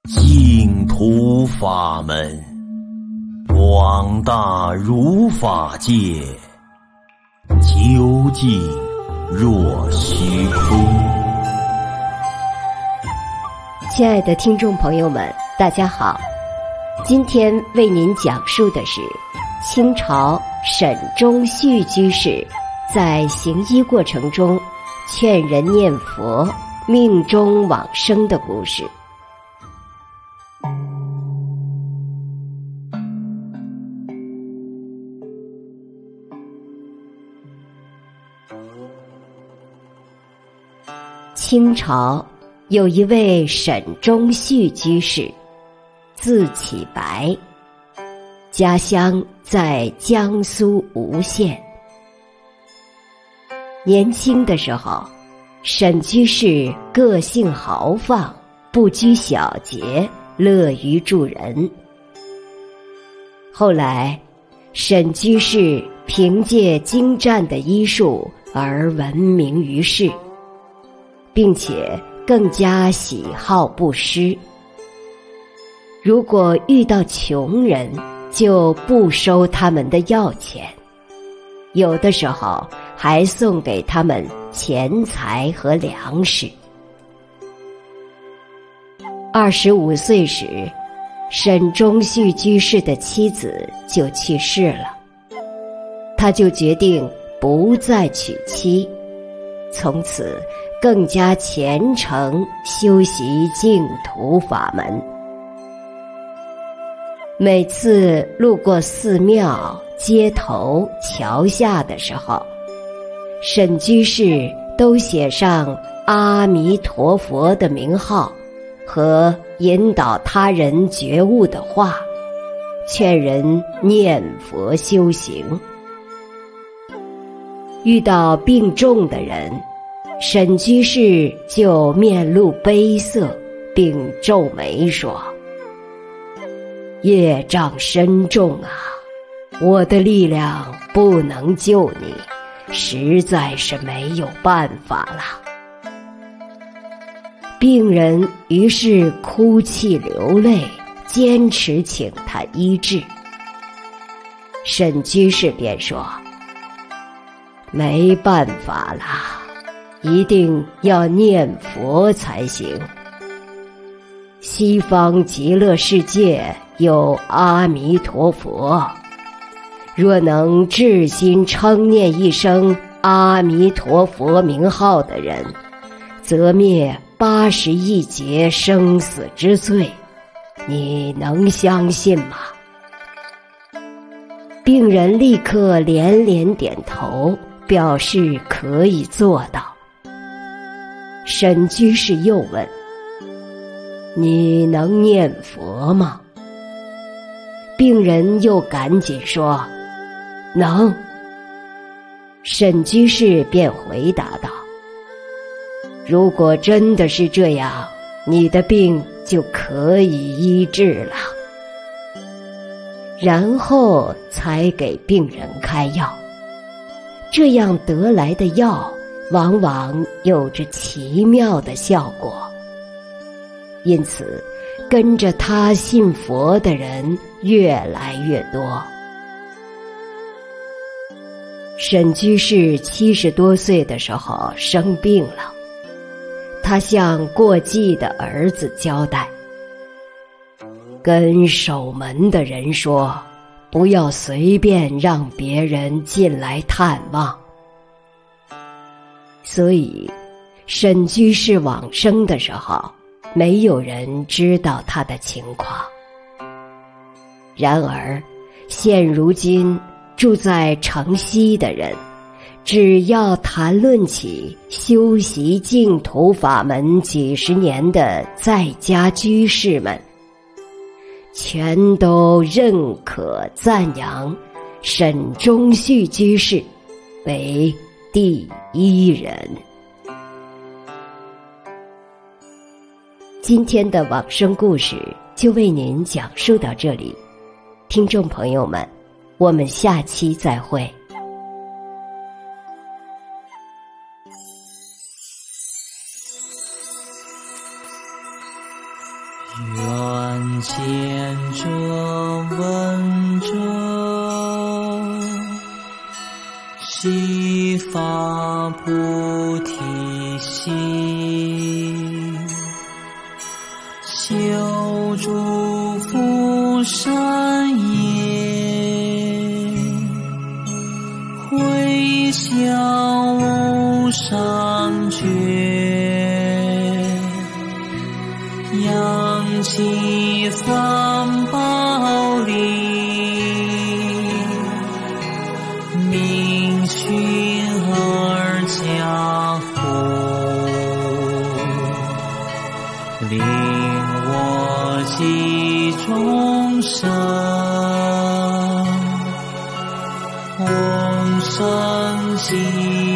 净土法门，广大如法界，究竟若虚空。 亲爱的听众朋友们，大家好，今天为您讲述的是清朝沈钟旭居士在行医过程中劝人念佛命中往生的故事。清朝有一位沈钟旭居士，字启白，家乡在江苏吴县。年轻的时候，沈居士个性豪放，不拘小节，乐于助人。后来，沈居士凭借精湛的医术而闻名于世，并且更加喜好布施。如果遇到穷人，就不收他们的药钱，有的时候还送给他们钱财和粮食。25岁时，沈钟旭居士的妻子就去世了，他就决定不再娶妻，从此更加虔诚修习净土法门。每次路过寺庙、街头、桥下的时候，沈居士都写上阿弥陀佛的名号和引导他人觉悟的话，劝人念佛修行。遇到病重的人，沈居士就面露悲色，并皱眉说：业障深重啊，我的力量不能救你，实在是没有办法了。病人于是哭泣流泪，坚持请他医治。沈居士便说：没办法啦，一定要念佛才行。西方极乐世界有阿弥陀佛，若能至心称念一声阿弥陀佛名号的人，则灭80亿劫生死之罪，你能相信吗？病人立刻连连点头，表示可以做到。沈居士又问：你能念佛吗？病人又赶紧说：能。沈居士便回答道：如果真的是这样，你的病就可以医治了。然后才给病人开药，这样得来的药往往有着奇妙的效果，因此跟着他信佛的人越来越多。沈居士70多岁的时候生病了，他向过继的儿子交代：跟守门的人说，不要随便让别人进来探望。所以沈居士往生的时候，没有人知道他的情况。然而现如今住在城西的人，只要谈论起修习净土法门几十年的在家居士们，全都认可赞扬沈钟旭居士为第一人。今天的往生故事就为您讲述到这里，听众朋友们，我们下期再会。 愿见者闻者，悉发菩提心，修诸福善业，回向无上觉，扬起三宝力，明训而家福，令我及众生，往生极